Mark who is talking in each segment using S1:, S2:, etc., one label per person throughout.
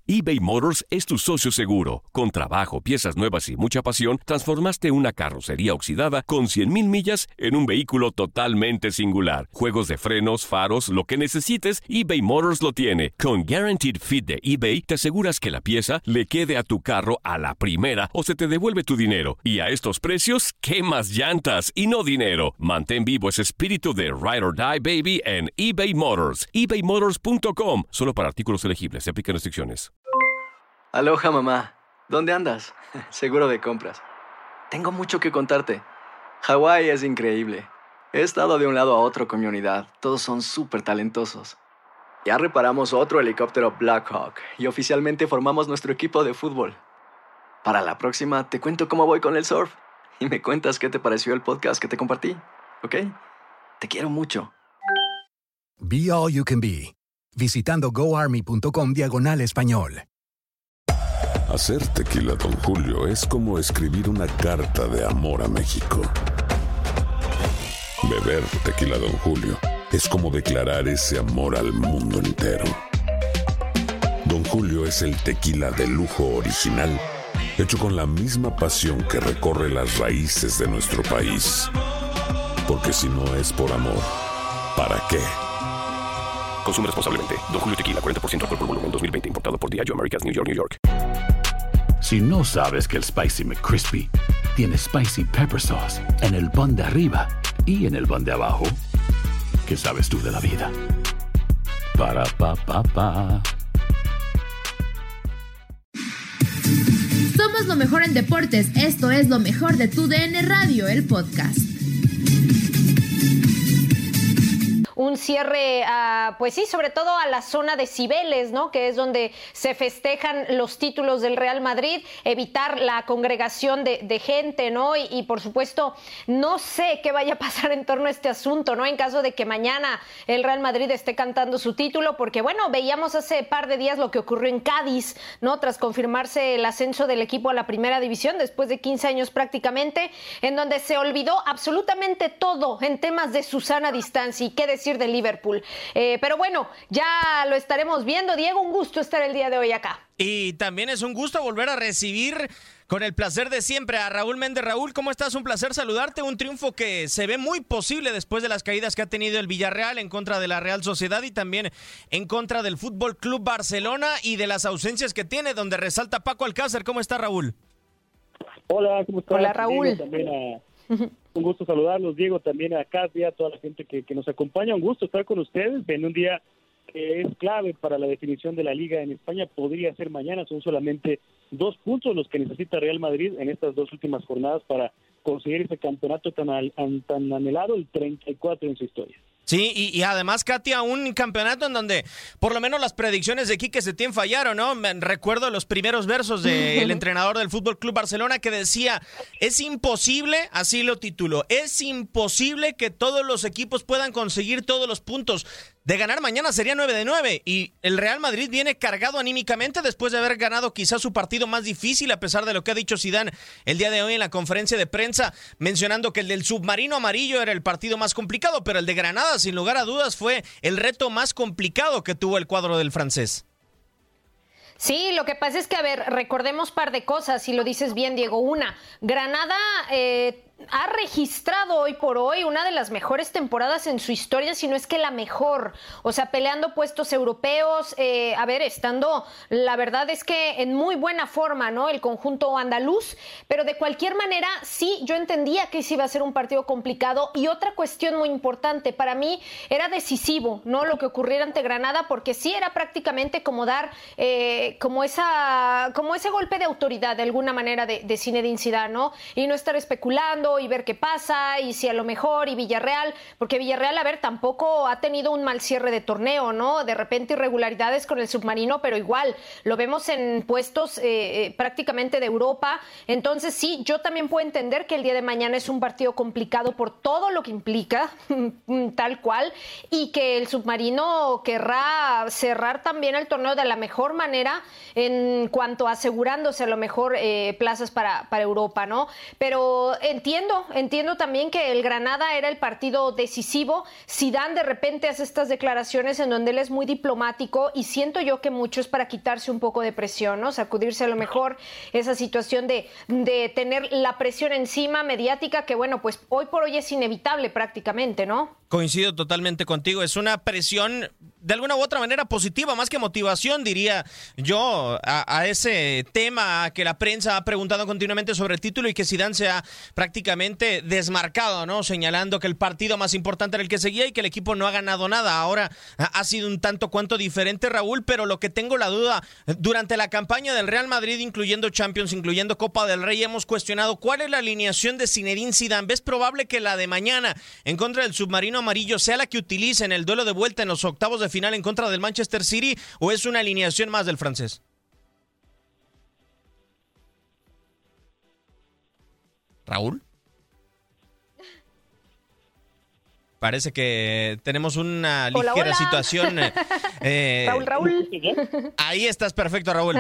S1: eBay Motors es tu socio seguro. Con trabajo, piezas nuevas y mucha pasión, transformaste una carrocería oxidada con 100,000 millas en un vehículo totalmente singular. Juegos de frenos, faros, lo que necesites, eBay Motors lo tiene. Con Guaranteed Fit de eBay, te aseguras que la pieza le quede a tu carro a la primera o se te devuelve tu dinero. Y a estos precios, ¿qué más llantas y no dinero? Mantén vivo ese espíritu de Ride or Die, baby, en eBay Motors. ebaymotors.com. Solo para artículos elegibles. Se aplican restricciones.
S2: Aloha, mamá. ¿Dónde andas? Seguro de compras. Tengo mucho que contarte. Hawái es increíble. He estado de un lado a otro con mi unidad. Todos son súper talentosos. Ya reparamos otro helicóptero Blackhawk y oficialmente formamos nuestro equipo de fútbol. Para la próxima te cuento cómo voy con el surf y me cuentas qué te pareció el podcast que te compartí, ¿ok? Te quiero mucho.
S3: Be All You Can Be, visitando goarmy.com/español.
S4: Hacer tequila Don Julio es como escribir una carta de amor a México. Beber tequila Don Julio es como declarar ese amor al mundo entero. Don Julio es el tequila de lujo original, hecho con la misma pasión que recorre las raíces de nuestro país. Porque si no es por amor, ¿para qué?
S1: Consume responsablemente. Don Julio Tequila, 40% alcohol por volumen, 2020. Importado por Diageo Americas, New York, New York.
S5: Si no sabes que el Spicy McCrispy tiene Spicy Pepper Sauce en el pan de arriba y en el pan de abajo, ¿qué sabes tú de la vida? Para, pa, pa, pa.
S6: Somos lo mejor en deportes. Esto es lo mejor de tu DN Radio, el podcast.
S7: Un cierre, pues sí, sobre todo a la zona de Cibeles, ¿no? Que es donde se festejan los títulos del Real Madrid, evitar la congregación de gente, ¿no? Y por supuesto, no sé qué vaya a pasar en torno a este asunto, ¿no? En caso de que mañana el Real Madrid esté cantando su título, porque bueno, veíamos hace par de días lo que ocurrió en Cádiz, ¿no? Tras confirmarse el ascenso del equipo a la primera división, después de 15 años prácticamente, en donde se olvidó absolutamente todo en temas de su sana distancia. ¿Y qué decir de Liverpool? Pero bueno, ya lo estaremos viendo. Diego, un gusto estar el día de hoy acá.
S8: Y también es un gusto volver a recibir con el placer de siempre a Raúl Méndez. Raúl, ¿cómo estás? Un placer saludarte. Un triunfo que se ve muy posible después de las caídas que ha tenido el Villarreal en contra de la Real Sociedad y también en contra del Fútbol Club Barcelona y de las ausencias que tiene, donde resalta Paco Alcácer. ¿Cómo está, Raúl?
S9: Hola, ¿cómo estás?
S7: Hola, Raúl.
S9: Un gusto saludarlos, Diego, también a Katy, a toda la gente que nos acompaña. Un gusto estar con ustedes en un día que es clave para la definición de la Liga en España. Podría ser mañana, son solamente 2 puntos los que necesita Real Madrid en estas 2 últimas jornadas para conseguir ese campeonato tan anhelado, el 34 en su historia.
S8: Sí, y además, Katia, un campeonato en donde por lo menos las predicciones de Quique Setién fallaron, ¿no? Recuerdo los primeros versos del entrenador del Fútbol Club Barcelona que decía, es imposible, así lo tituló, es imposible que todos los equipos puedan conseguir todos los puntos. De ganar mañana sería 9 de 9 y el Real Madrid viene cargado anímicamente después de haber ganado quizás su partido más difícil, a pesar de lo que ha dicho Zidane el día de hoy en la conferencia de prensa, mencionando que el del submarino amarillo era el partido más complicado, pero el de Granada, sin lugar a dudas, fue el reto más complicado que tuvo el cuadro del francés.
S7: Sí, lo que pasa es que, a ver, recordemos par de cosas, y lo dices bien, Diego. Una, Granada ha registrado hoy por hoy una de las mejores temporadas en su historia, si no es que la mejor, o sea, peleando puestos europeos, estando, la verdad es que en muy buena forma, ¿no? El conjunto andaluz, pero de cualquier manera, sí, yo entendía que ese iba a ser un partido complicado, y otra cuestión muy importante, para mí era decisivo, ¿no? Lo que ocurriera ante Granada, porque sí era prácticamente como dar, como ese golpe de autoridad, de alguna manera, de Zinedine Zidane, ¿no? Y no estar especulando y ver qué pasa, y si a lo mejor, y Villarreal, porque Villarreal, a ver, tampoco ha tenido un mal cierre de torneo, ¿no? De repente irregularidades con el submarino, pero igual, lo vemos en puestos prácticamente de Europa. Entonces sí, yo también puedo entender que el día de mañana es un partido complicado por todo lo que implica, tal cual, y que el submarino querrá cerrar también el torneo de la mejor manera en cuanto a asegurándose a lo mejor plazas para Europa, ¿no? Pero entiendo entiendo también que el Granada era el partido decisivo. Zidane de repente hace estas declaraciones en donde él es muy diplomático y siento yo que mucho es para quitarse un poco de presión, ¿no? Sacudirse a lo mejor esa situación de tener la presión encima mediática que, bueno, pues hoy por hoy es inevitable prácticamente, ¿no?
S8: Coincido totalmente contigo, es una presión de alguna u otra manera positiva, más que motivación, diría yo, a ese tema que la prensa ha preguntado continuamente sobre el título y que Zidane se ha prácticamente desmarcado, ¿no? Señalando que el partido más importante era el que seguía y que el equipo no ha ganado nada. Ahora ha sido un tanto cuanto diferente, Raúl, pero lo que tengo la duda, durante la campaña del Real Madrid, incluyendo Champions, incluyendo Copa del Rey, hemos cuestionado cuál es la alineación de Zinedine Zidane. ¿Ves probable que la de mañana en contra del submarino amarillo sea la que utilice en el duelo de vuelta en los octavos de final en contra del Manchester City, o es una alineación más del francés? ¿Raúl? Parece que tenemos una ligera situación.
S7: Raúl.
S8: Ahí estás perfecto, Raúl.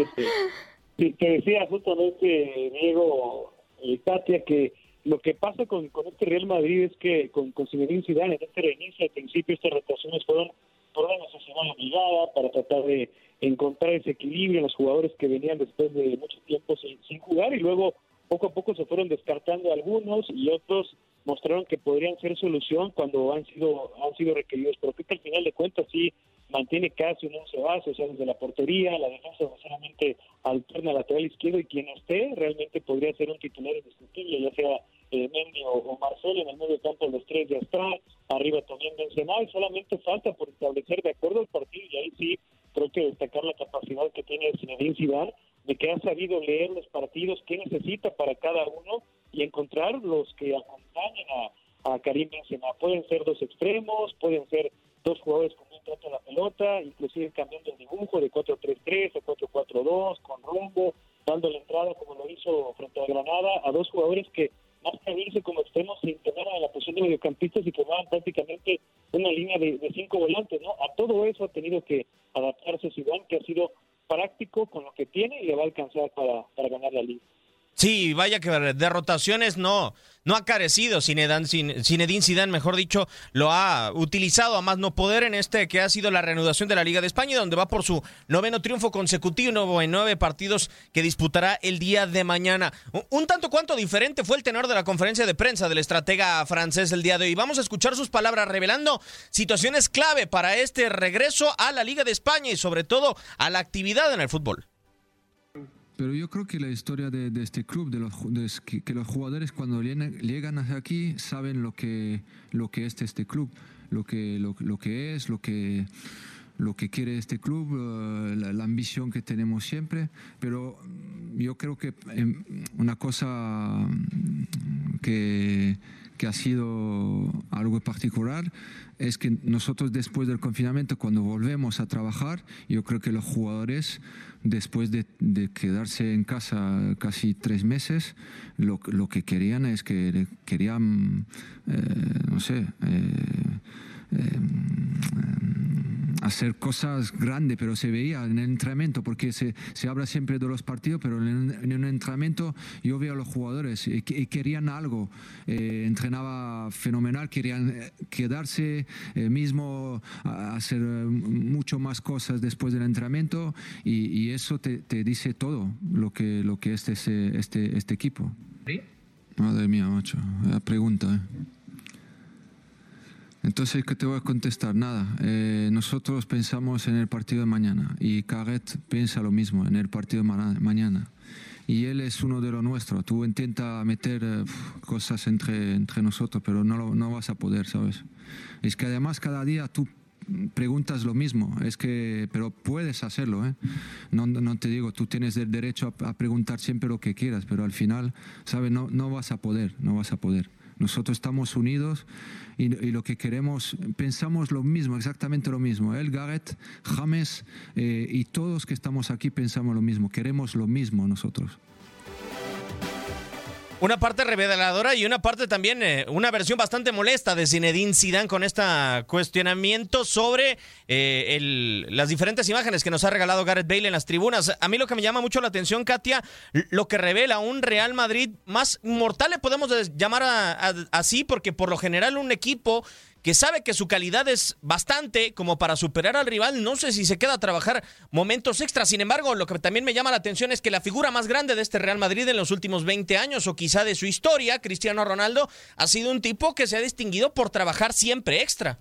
S9: Te decía justamente, Diego y Katia, que lo que pasa con este Real Madrid es que con Zinedine Zidane, en este reinicio, al principio estas rotaciones fueron por una necesidad obligada para tratar de encontrar ese equilibrio en los jugadores que venían después de mucho tiempo sin jugar, y luego poco a poco se fueron descartando algunos y otros mostraron que podrían ser solución cuando han sido requeridos. Pero creo que al final de cuentas sí mantiene casi un 11 base, o sea, desde la portería, la defensa sinceramente alterna lateral izquierdo, y quien esté realmente podría ser un titular indiscutible, ya sea Mendy o Marcelo. En el medio campo los tres ya están, arriba también Benzema, y solamente falta por establecer de acuerdo al partido, y ahí sí creo que destacar la capacidad que tiene Zinedine Zidane, de que ha sabido leer los partidos, qué necesita para cada uno y encontrar los que acompañen a Karim Benzema. Pueden ser dos extremos, pueden ser dos jugadores con un trato a la pelota, inclusive cambiando el dibujo de 4-3-3 o 4-4-2, con rumbo, dando la entrada como lo hizo frente a Granada, a dos jugadores que más que irse como extremos se integraron en la posición de mediocampistas y formaban prácticamente una línea de 5 volantes, ¿no? A todo eso ha tenido que adaptarse Zidane, que ha sido práctico con lo que tiene y le va a alcanzar para ganar la liga.
S8: Sí, vaya que de rotaciones no ha carecido Zinedine Zidane, mejor dicho, lo ha utilizado a más no poder en este que ha sido la reanudación de la Liga de España, donde va por su 9º triunfo consecutivo en 9 partidos que disputará el día de mañana. Un tanto cuanto diferente fue el tenor de la conferencia de prensa del estratega francés el día de hoy. Vamos a escuchar sus palabras revelando situaciones clave para este regreso a la Liga de España y sobre todo a la actividad en el fútbol.
S10: Pero yo creo que la historia de este club, que los jugadores cuando llegan hacia aquí saben lo que es este club, lo que es, lo que quiere este club, la ambición que tenemos siempre. Pero yo creo que una cosa que ha sido algo particular es que nosotros después del confinamiento, cuando volvemos a trabajar, yo creo que los jugadores, después de quedarse en casa casi 3 meses, lo que querían es que querían, hacer cosas grandes, pero se veía en el entrenamiento, porque se habla siempre de los partidos, pero en el entrenamiento yo veo a los jugadores y querían algo, entrenaba fenomenal, querían quedarse mismo, hacer mucho más cosas después del entrenamiento, y eso te dice todo lo que es este equipo. ¿Sí? Madre mía, macho, la pregunta, Entonces, ¿qué te voy a contestar? Nada, nosotros pensamos en el partido de mañana y Carret piensa lo mismo en el partido de mañana. Y él es uno de los nuestros. Tú intenta meter cosas entre nosotros, pero no vas a poder, ¿sabes? Es que además cada día tú preguntas lo mismo, pero puedes hacerlo, ¿eh? No te digo, tú tienes el derecho a preguntar siempre lo que quieras, pero al final, ¿sabes? No vas a poder. Nosotros estamos unidos y lo que queremos, pensamos lo mismo, exactamente lo mismo. Él, Gareth, James y todos que estamos aquí pensamos lo mismo, queremos lo mismo nosotros.
S8: Una parte reveladora y una parte también, una versión bastante molesta de Zinedine Zidane con este cuestionamiento sobre las diferentes imágenes que nos ha regalado Gareth Bale en las tribunas. A mí lo que me llama mucho la atención, Katia, lo que revela un Real Madrid más mortal, le podemos llamar así, porque por lo general un equipo que sabe que su calidad es bastante como para superar al rival, no sé si se queda a trabajar momentos extras. Sin embargo, lo que también me llama la atención es que la figura más grande de este Real Madrid en los últimos 20 años, o quizá de su historia, Cristiano Ronaldo, ha sido un tipo que se ha distinguido por trabajar siempre extra.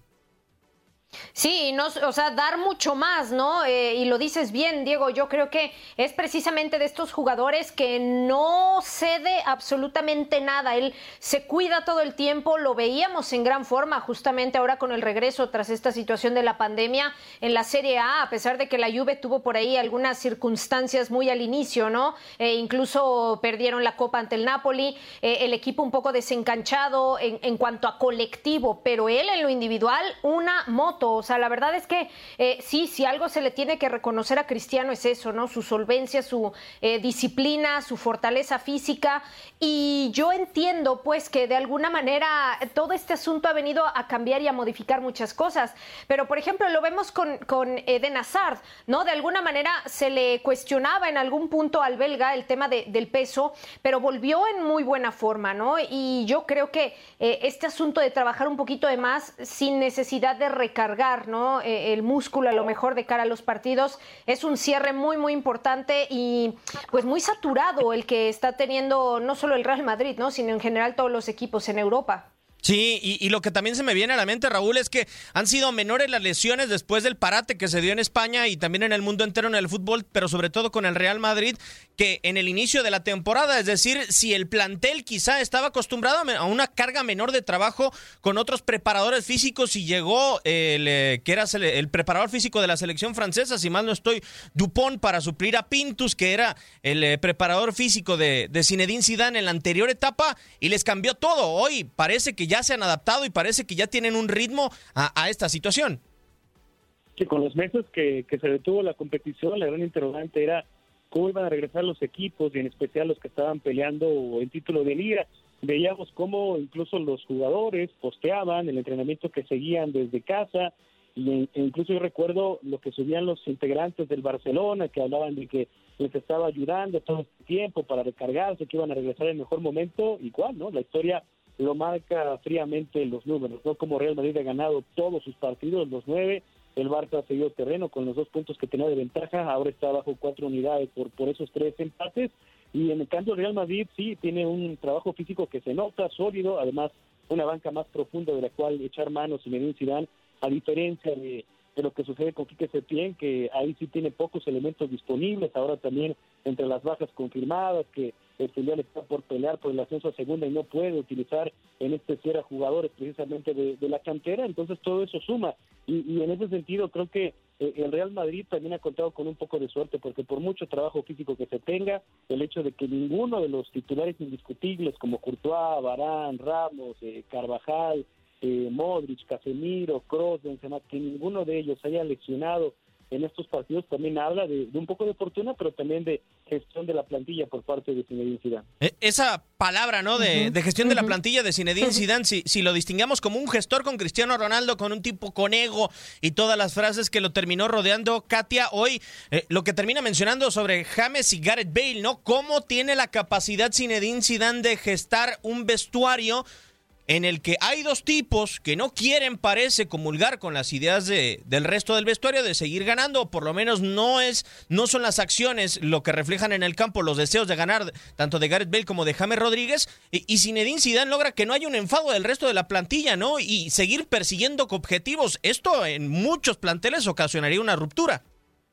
S7: Sí, no, o sea, dar mucho más, ¿no? Y lo dices bien, Diego, yo creo que es precisamente de estos jugadores que no cede absolutamente nada. Él se cuida todo el tiempo, lo veíamos en gran forma justamente ahora con el regreso tras esta situación de la pandemia en la Serie A pesar de que la Juve tuvo por ahí algunas circunstancias muy al inicio, ¿no? Incluso perdieron la Copa ante el Napoli, el equipo un poco desencanchado en cuanto a colectivo, pero él en lo individual, una moto. O sea, la verdad es que sí, si algo se le tiene que reconocer a Cristiano es eso, ¿no? Su solvencia, su disciplina, su fortaleza física. Y yo entiendo, pues, que de alguna manera todo este asunto ha venido a cambiar y a modificar muchas cosas. Pero, por ejemplo, lo vemos con Eden Hazard, ¿no? De alguna manera se le cuestionaba en algún punto al belga el tema del peso, pero volvió en muy buena forma, ¿no? Y yo creo que este asunto de trabajar un poquito de más sin necesidad de recargar, ¿no? El músculo a lo mejor de cara a los partidos es un cierre muy muy importante y pues muy saturado el que está teniendo no solo el Real Madrid, ¿no? Sino en general todos los equipos en Europa.
S8: Sí, y lo que también se me viene a la mente, Raúl, es que han sido menores las lesiones después del parate que se dio en España y también en el mundo entero en el fútbol, pero sobre todo con el Real Madrid, que en el inicio de la temporada, es decir, si el plantel quizá estaba acostumbrado a una carga menor de trabajo con otros preparadores físicos y llegó que era el preparador físico de la selección francesa, si mal no estoy, Dupont, para suplir a Pintus, que era el preparador físico de Zinedine Zidane en la anterior etapa, y les cambió todo. Hoy parece que ya se han adaptado y parece que ya tienen un ritmo a esta situación.
S9: Que con los meses que se detuvo la competición, la gran interrogante era cómo iban a regresar los equipos y en especial los que estaban peleando el título de liga. Veíamos cómo incluso los jugadores posteaban el entrenamiento que seguían desde casa e incluso yo recuerdo lo que subían los integrantes del Barcelona, que hablaban de que les estaba ayudando todo este tiempo para recargarse, que iban a regresar en el mejor momento. Igual, ¿no? La historia lo marca fríamente los números, ¿no? Como Real Madrid ha ganado todos sus partidos, los 9, el Barça ha seguido terreno con los 2 puntos que tenía de ventaja, ahora está bajo 4 unidades por esos 3 empates, y en el cambio Real Madrid sí tiene un trabajo físico que se nota sólido, además una banca más profunda de la cual echar mano Zinedine Zidane, a diferencia de lo que sucede con Quique Setién, que ahí sí tiene pocos elementos disponibles, ahora también entre las bajas confirmadas, que el filial está por pelear por el ascenso a segunda y no puede utilizar en este cierre a jugadores precisamente de la cantera, entonces todo eso suma, y en ese sentido creo que el Real Madrid también ha contado con un poco de suerte, porque por mucho trabajo físico que se tenga, el hecho de que ninguno de los titulares indiscutibles como Courtois, Varane, Ramos, Carvajal, Modric, Casemiro, Kroos, Benzema, que ninguno de ellos haya lesionado en estos partidos, también habla de un poco de fortuna, pero también de gestión de la plantilla por parte de Zinedine Zidane.
S8: Esa palabra, ¿no? De gestión de la plantilla de Zinedine Zidane, si lo distinguamos como un gestor con Cristiano Ronaldo, con un tipo con ego y todas las frases que lo terminó rodeando, Katia, hoy lo que termina mencionando sobre James y Gareth Bale, ¿no? Cómo tiene la capacidad Zinedine Zidane de gestar un vestuario en el que hay 2 tipos que no quieren, parece, comulgar con las ideas del resto del vestuario de seguir ganando, o por lo menos no son las acciones lo que reflejan en el campo los deseos de ganar, tanto de Gareth Bale como de James Rodríguez, y Zinedine Zidane logra que no haya un enfado del resto de la plantilla, ¿no? Y seguir persiguiendo objetivos. Esto en muchos planteles ocasionaría una ruptura.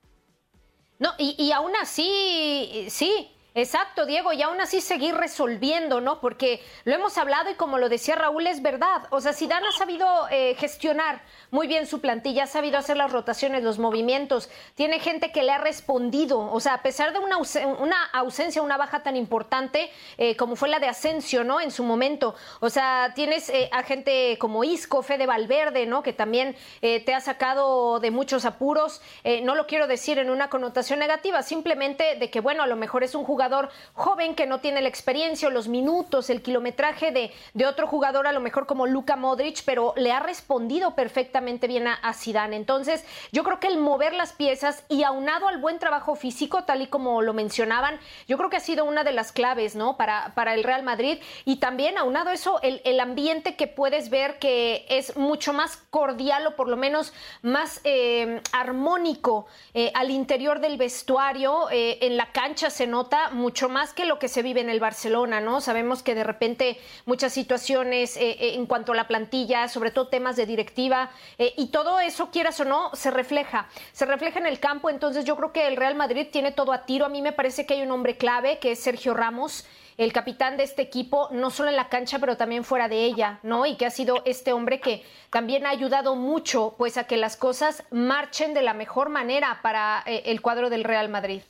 S7: No, y aún así, sí. Exacto, Diego, y aún así seguir resolviendo, ¿no? Porque lo hemos hablado y como lo decía Raúl, es verdad. O sea, Zidane ha sabido gestionar muy bien su plantilla, ha sabido hacer las rotaciones, los movimientos. Tiene gente que le ha respondido. O sea, a pesar de una ausencia, una baja tan importante como fue la de Asensio, ¿no? En su momento. O sea, tienes a gente como Isco, Fede Valverde, ¿no? Que también te ha sacado de muchos apuros. No lo quiero decir en una connotación negativa, simplemente de que, bueno, a lo mejor es un jugador jugador joven que no tiene la experiencia o los minutos, el kilometraje de otro jugador a lo mejor como Luka Modric, pero le ha respondido perfectamente bien a Zidane. Entonces, yo creo que el mover las piezas y aunado al buen trabajo físico, tal y como lo mencionaban, yo creo que ha sido una de las claves, ¿no? Para el Real Madrid, y también aunado a eso, el ambiente que puedes ver que es mucho más cordial o por lo menos más armónico al interior del vestuario, en la cancha se nota mucho más que lo que se vive en el Barcelona, ¿no? Sabemos que de repente muchas situaciones en cuanto a la plantilla, sobre todo temas de directiva, y todo eso, quieras o no, se refleja en el campo. Entonces yo creo que el Real Madrid tiene todo a tiro. A mí me parece que hay un hombre clave, que es Sergio Ramos, el capitán de este equipo, no solo en la cancha, pero también fuera de ella, ¿no? Y que ha sido este hombre que también ha ayudado mucho, pues, a que las cosas marchen de la mejor manera para el cuadro del Real Madrid.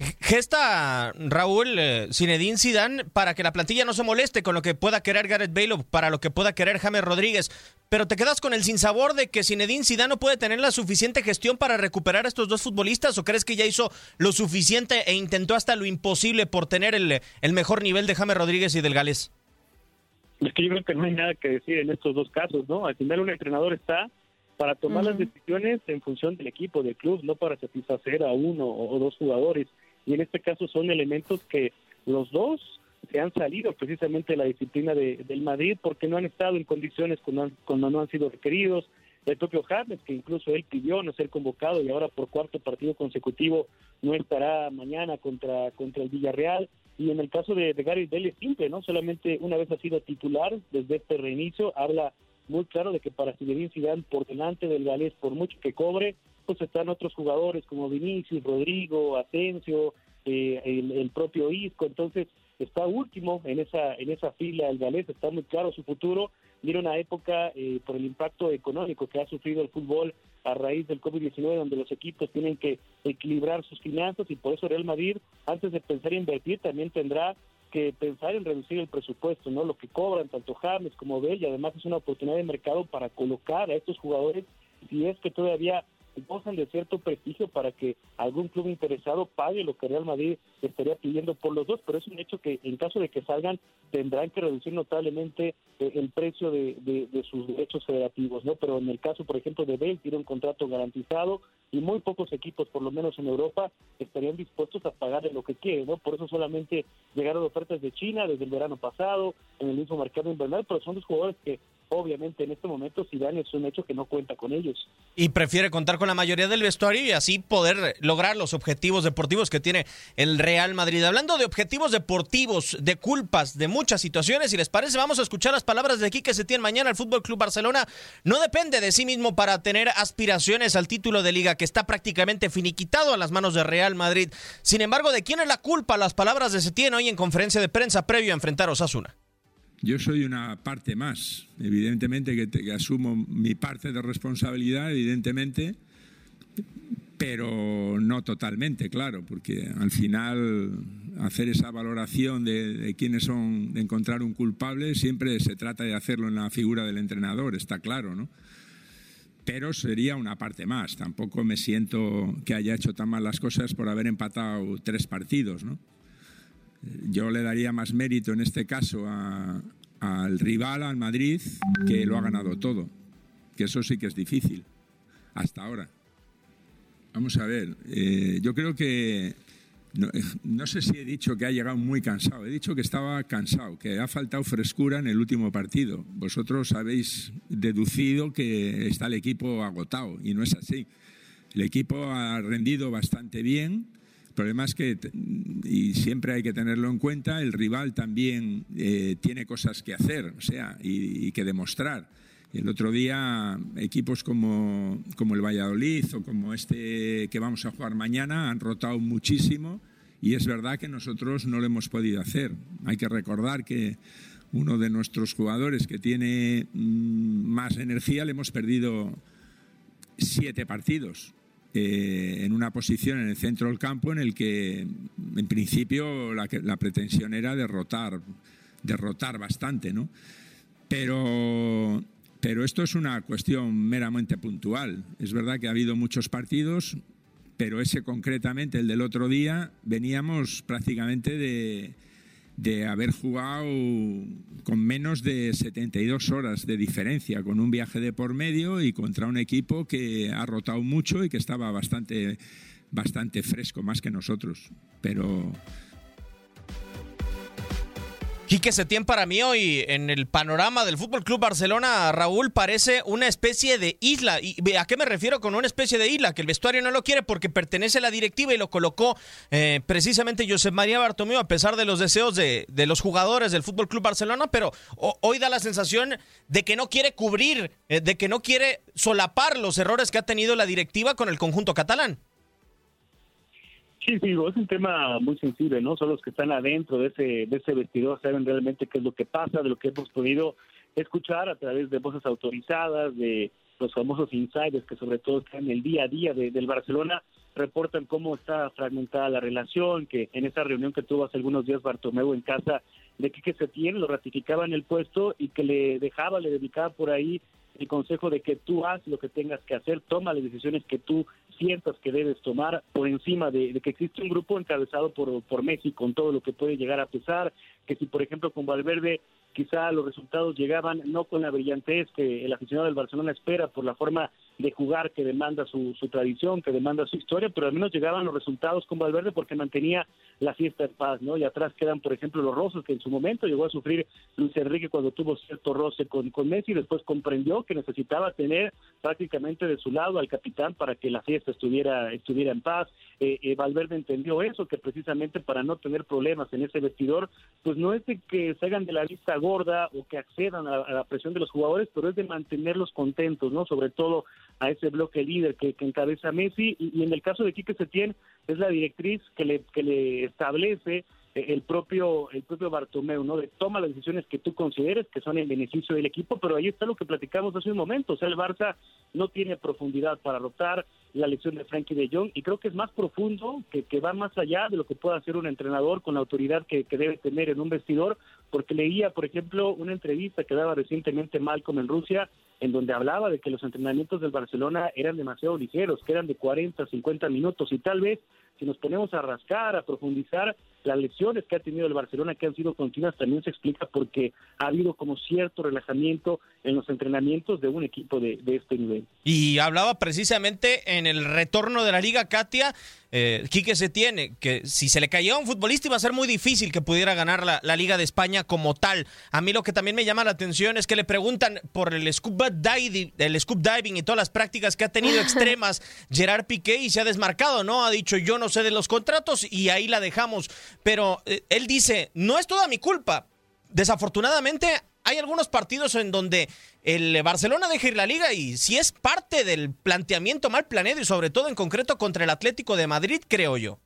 S8: Gesta, Raúl, Zinedine Zidane para que la plantilla no se moleste con lo que pueda querer Gareth Bale o para lo que pueda querer James Rodríguez, pero te quedas con el sinsabor de que Zinedine Zidane no puede tener la suficiente gestión para recuperar a estos dos futbolistas, ¿o crees que ya hizo lo suficiente e intentó hasta lo imposible por tener el mejor nivel de James Rodríguez y del galés?
S9: Es que yo creo que no hay nada que decir en estos dos casos, ¿no? Al final un entrenador está para tomar las decisiones en función del equipo, del club, no para satisfacer a uno o dos jugadores. Y en este caso son elementos que los dos se han salido precisamente de la disciplina del Madrid porque no han estado en condiciones cuando no han sido requeridos. El propio James, que incluso él pidió no ser convocado y ahora por cuarto partido consecutivo no estará mañana contra el Villarreal. Y en el caso de Gareth Bale es simple, ¿no? Solamente una vez ha sido titular desde este reinicio. Habla muy claro de que para Zinedine Zidane, por delante del galés, por mucho que cobre, pues están otros jugadores como Vinicius, Rodrigo, Asensio, el propio Isco. Entonces está último en esa fila el galés, está muy claro su futuro. Viene una época por el impacto económico que ha sufrido el fútbol a raíz del COVID-19, donde los equipos tienen que equilibrar sus finanzas, y por eso Real Madrid, antes de pensar en invertir, también tendrá que pensar en reducir el presupuesto, ¿no? Lo que cobran tanto James como Bale, y además es una oportunidad de mercado para colocar a estos jugadores, si es que todavía gozan de cierto prestigio, para que algún club interesado pague lo que Real Madrid estaría pidiendo por los dos. Pero es un hecho que en caso de que salgan tendrán que reducir notablemente el precio de sus derechos federativos, ¿no? Pero en el caso, por ejemplo, de Bale, tiene un contrato garantizado y muy pocos equipos, por lo menos en Europa, estarían dispuestos a pagarle lo que quiere, ¿no? Por eso solamente llegaron ofertas de China desde el verano pasado, en el mismo mercado invernal, pero son los jugadores que obviamente en este momento Zidane es un hecho que no cuenta con ellos.
S8: Y prefiere contar con la mayoría del vestuario y así poder lograr los objetivos deportivos que tiene el Real Madrid. Hablando de objetivos deportivos, de culpas, de muchas situaciones, si les parece, vamos a escuchar las palabras de Quique Setién. Mañana el Fútbol Club Barcelona no depende de sí mismo para tener aspiraciones al título de Liga, que está prácticamente finiquitado a las manos de Real Madrid. Sin embargo, ¿de quién es la culpa? Las palabras de Setién hoy en conferencia de prensa previo a enfrentar a Osasuna.
S11: Yo soy una parte más, evidentemente que asumo mi parte de responsabilidad, evidentemente, pero no totalmente, claro, porque al final hacer esa valoración de quiénes son, de encontrar un culpable, siempre se trata de hacerlo en la figura del entrenador, está claro, ¿no? Pero sería una parte más, tampoco me siento que haya hecho tan mal las cosas por haber empatado 3 partidos, ¿no? Yo le daría más mérito en este caso al rival, al Madrid, que lo ha ganado todo. Que eso sí que es difícil, hasta ahora. Vamos a ver, yo creo que... No sé si he dicho que ha llegado muy cansado. He dicho que estaba cansado, que ha faltado frescura en el último partido. Vosotros habéis deducido que está el equipo agotado, y no es así. El equipo ha rendido bastante bien. El problema es que, y siempre hay que tenerlo en cuenta, el rival también tiene cosas que hacer, o sea, y que demostrar. El otro día, equipos como el Valladolid o como este que vamos a jugar mañana han rotado muchísimo, y es verdad que nosotros no lo hemos podido hacer. Hay que recordar que uno de nuestros jugadores que tiene más energía le hemos perdido 7 partidos. En una posición en el centro del campo en el que en principio la pretensión era derrotar bastante, ¿no? Pero esto es una cuestión meramente puntual. Es verdad que ha habido muchos partidos, pero ese concretamente, el del otro día, veníamos prácticamente de haber jugado con menos de 72 horas de diferencia, con un viaje de por medio y contra un equipo que ha rotado mucho y que estaba bastante fresco, más que nosotros. Pero
S8: Quique Setién, para mí hoy en el panorama del Fútbol Club Barcelona, Raúl, parece una especie de isla. ¿Y a qué me refiero con una especie de isla? Que el vestuario no lo quiere porque pertenece a la directiva y lo colocó precisamente Josep María Bartomeu, a pesar de los deseos de los jugadores del Fútbol Club Barcelona, pero hoy da la sensación de que no quiere cubrir, de que no quiere solapar los errores que ha tenido la directiva con el conjunto catalán.
S9: Sí, es un tema muy sensible, ¿no? Son los que están adentro de ese vestidor, saben realmente qué es lo que pasa, de lo que hemos podido escuchar a través de voces autorizadas, de los famosos insiders que sobre todo están en el día a día del Barcelona, reportan cómo está fragmentada la relación, que en esa reunión que tuvo hace algunos días Bartomeu en casa de Quique Setién, lo ratificaba en el puesto y que le dedicaba por ahí el consejo de que tú haz lo que tengas que hacer, toma las decisiones que tú sientas que debes tomar por encima de que existe un grupo encabezado por Messi con todo lo que puede llegar a pesar, que si por ejemplo con Valverde quizá los resultados llegaban no con la brillantez que el aficionado del Barcelona espera por la forma de jugar que demanda su tradición, que demanda su historia, pero al menos llegaban los resultados con Valverde porque mantenía la fiesta en paz, ¿no? Y atrás quedan, por ejemplo, los roces que en su momento llegó a sufrir Luis Enrique cuando tuvo cierto roce con Messi, y después comprendió que necesitaba tener prácticamente de su lado al capitán para que la fiesta estuviera en paz. Valverde entendió eso, que precisamente para no tener problemas en ese vestidor, pues no es de que se hagan de la lista gorda o que accedan a la presión de los jugadores, pero es de mantenerlos contentos, ¿no? Sobre todo a ese bloque líder que encabeza Messi, y en el caso de Quique Setién es la directriz que le establece el propio Bartomeu, ¿no? De toma las decisiones que tú consideres que son en beneficio del equipo, pero ahí está lo que platicamos hace un momento, o sea, el Barça no tiene profundidad para rotar, la lesión de Frenkie de Jong, y creo que es más profundo, que va más allá de lo que pueda hacer un entrenador con la autoridad que debe tener en un vestidor, porque leía, por ejemplo, una entrevista que daba recientemente Malcolm en Rusia, en donde hablaba de que los entrenamientos del Barcelona eran demasiado ligeros, que eran de 40, 50 minutos, y tal vez si nos ponemos a rascar, a profundizar, las lesiones que ha tenido el Barcelona, que han sido continuas, también se explica porque ha habido como cierto relajamiento en los entrenamientos de un equipo de este nivel.
S8: Y hablaba precisamente en el retorno de la Liga, Katia, Quique Setién, que si se le caía a un futbolista iba a ser muy difícil que pudiera ganar la Liga de España como tal. A mí lo que también me llama la atención es que le preguntan por el scuba diving y todas las prácticas que ha tenido extremas Gerard Piqué, y se ha desmarcado, ¿no? Ha dicho, yo no sé de los contratos, y ahí la dejamos. Pero él dice, no es toda mi culpa. Desafortunadamente hay algunos partidos en donde el Barcelona deja ir la Liga, y si es parte del planteamiento mal planeado, y sobre todo en concreto contra el Atlético de Madrid, creo yo.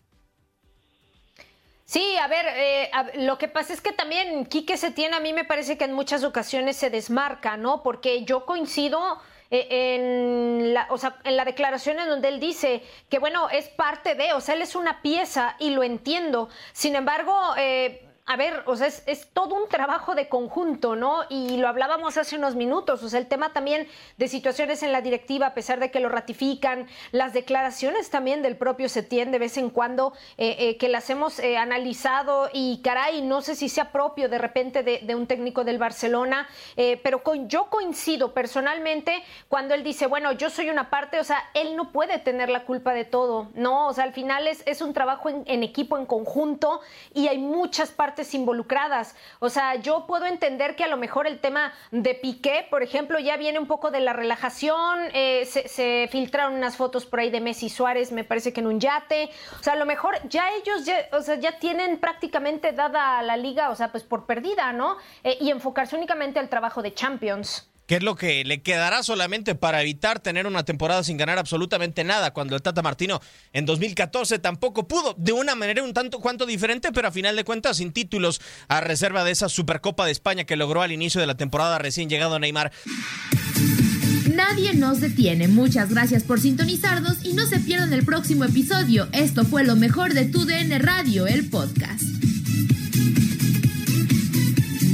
S7: Sí, a ver, lo que pasa es que también Quique Setién a mí me parece que en muchas ocasiones se desmarca, ¿no? Porque yo coincido en la declaración en donde él dice que, bueno, es parte de, o sea, él es una pieza y lo entiendo. Sin embargo, a ver, o sea, es todo un trabajo de conjunto, ¿no? Y lo hablábamos hace unos minutos, o sea, el tema también de situaciones en la directiva, a pesar de que lo ratifican, las declaraciones también del propio Setién de vez en cuando, que las hemos analizado, y caray, no sé si sea propio de repente de un técnico del Barcelona, pero yo coincido personalmente cuando él dice, bueno, yo soy una parte, o sea, él no puede tener la culpa de todo, ¿no? O sea, al final es un trabajo en equipo, en conjunto, y hay muchas partes involucradas. O sea, yo puedo entender que a lo mejor el tema de Piqué, por ejemplo, ya viene un poco de la relajación, se filtraron unas fotos por ahí de Messi y Suárez, me parece que en un yate, o sea, a lo mejor ya ellos ya tienen prácticamente dada la liga, o sea, pues por perdida, ¿no? Y enfocarse únicamente al trabajo de Champions.
S8: ¿Qué es lo que le quedará solamente para evitar tener una temporada sin ganar absolutamente nada? Cuando el Tata Martino en 2014 tampoco pudo, de una manera un tanto cuanto diferente, pero a final de cuentas sin títulos, a reserva de esa Supercopa de España que logró al inicio de la temporada recién llegado Neymar.
S6: Nadie nos detiene. Muchas gracias por sintonizarnos y no se pierdan el próximo episodio. Esto fue lo mejor de TUDN Radio, el podcast.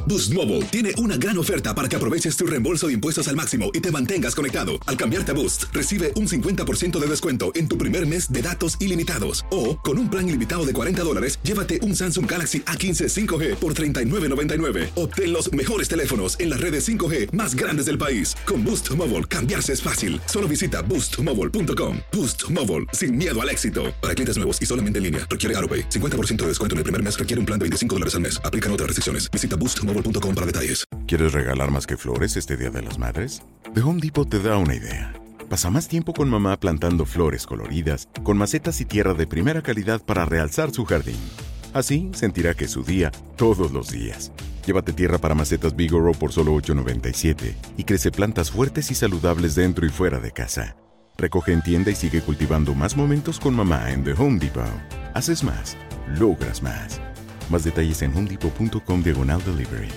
S12: Boost Mobile tiene una gran oferta para que aproveches tu reembolso de impuestos al máximo y te mantengas conectado. Al cambiarte a Boost, recibe un 50% de descuento en tu primer mes de datos ilimitados. O, con un plan ilimitado de $40, llévate un Samsung Galaxy A15 5G por $39.99. Obtén los mejores teléfonos en las redes 5G más grandes del país. Con Boost Mobile, cambiarse es fácil. Solo visita boostmobile.com. Boost Mobile, sin miedo al éxito. Para clientes nuevos y solamente en línea, requiere AutoPay. 50% de descuento en el primer mes, requiere un plan de $25 al mes. Aplican otras restricciones. Visita boostmobile.com para detalles.
S13: ¿Quieres regalar más que flores este Día de las Madres? The Home Depot te da una idea. Pasa más tiempo con mamá plantando flores coloridas, con macetas y tierra de primera calidad para realzar su jardín. Así sentirá que es su día todos los días. Llévate tierra para macetas Vigoro por solo $8.97 y crece plantas fuertes y saludables dentro y fuera de casa. Recoge en tienda y sigue cultivando más momentos con mamá en The Home Depot. Haces más, logras más. Más detalles en homedepot.com/delivery.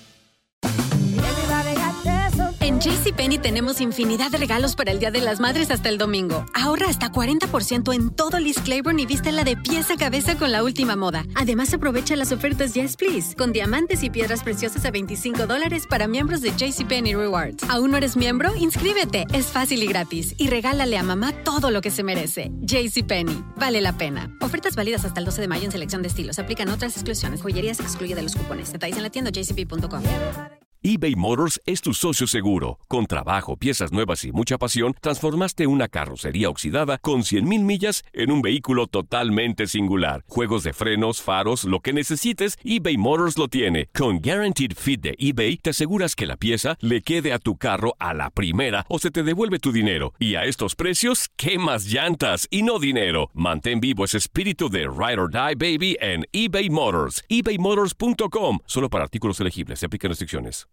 S14: En JCPenney tenemos infinidad de regalos para el Día de las Madres hasta el domingo. Ahorra hasta 40% en todo Liz Claiborne y vístela de pies a cabeza con la última moda. Además, aprovecha las ofertas Yes Please, con diamantes y piedras preciosas a $25 para miembros de JCPenney Rewards. ¿Aún no eres miembro? Inscríbete. Es fácil y gratis. Y regálale a mamá todo lo que se merece. JCPenney. Vale la pena. Ofertas válidas hasta el 12 de mayo en selección de estilos. Aplican otras exclusiones. Joyería se excluye de los cupones. Detalles en la tienda jcp.com.
S1: eBay Motors es tu socio seguro. Con trabajo, piezas nuevas y mucha pasión, transformaste una carrocería oxidada con 100,000 millas en un vehículo totalmente singular. Juegos de frenos, faros, lo que necesites, eBay Motors lo tiene. Con Guaranteed Fit de eBay, te aseguras que la pieza le quede a tu carro a la primera o se te devuelve tu dinero. Y a estos precios, ¿qué más llantas y no dinero? Mantén vivo ese espíritu de Ride or Die, baby, en eBay Motors. ebaymotors.com. Solo para artículos elegibles. Se aplican restricciones.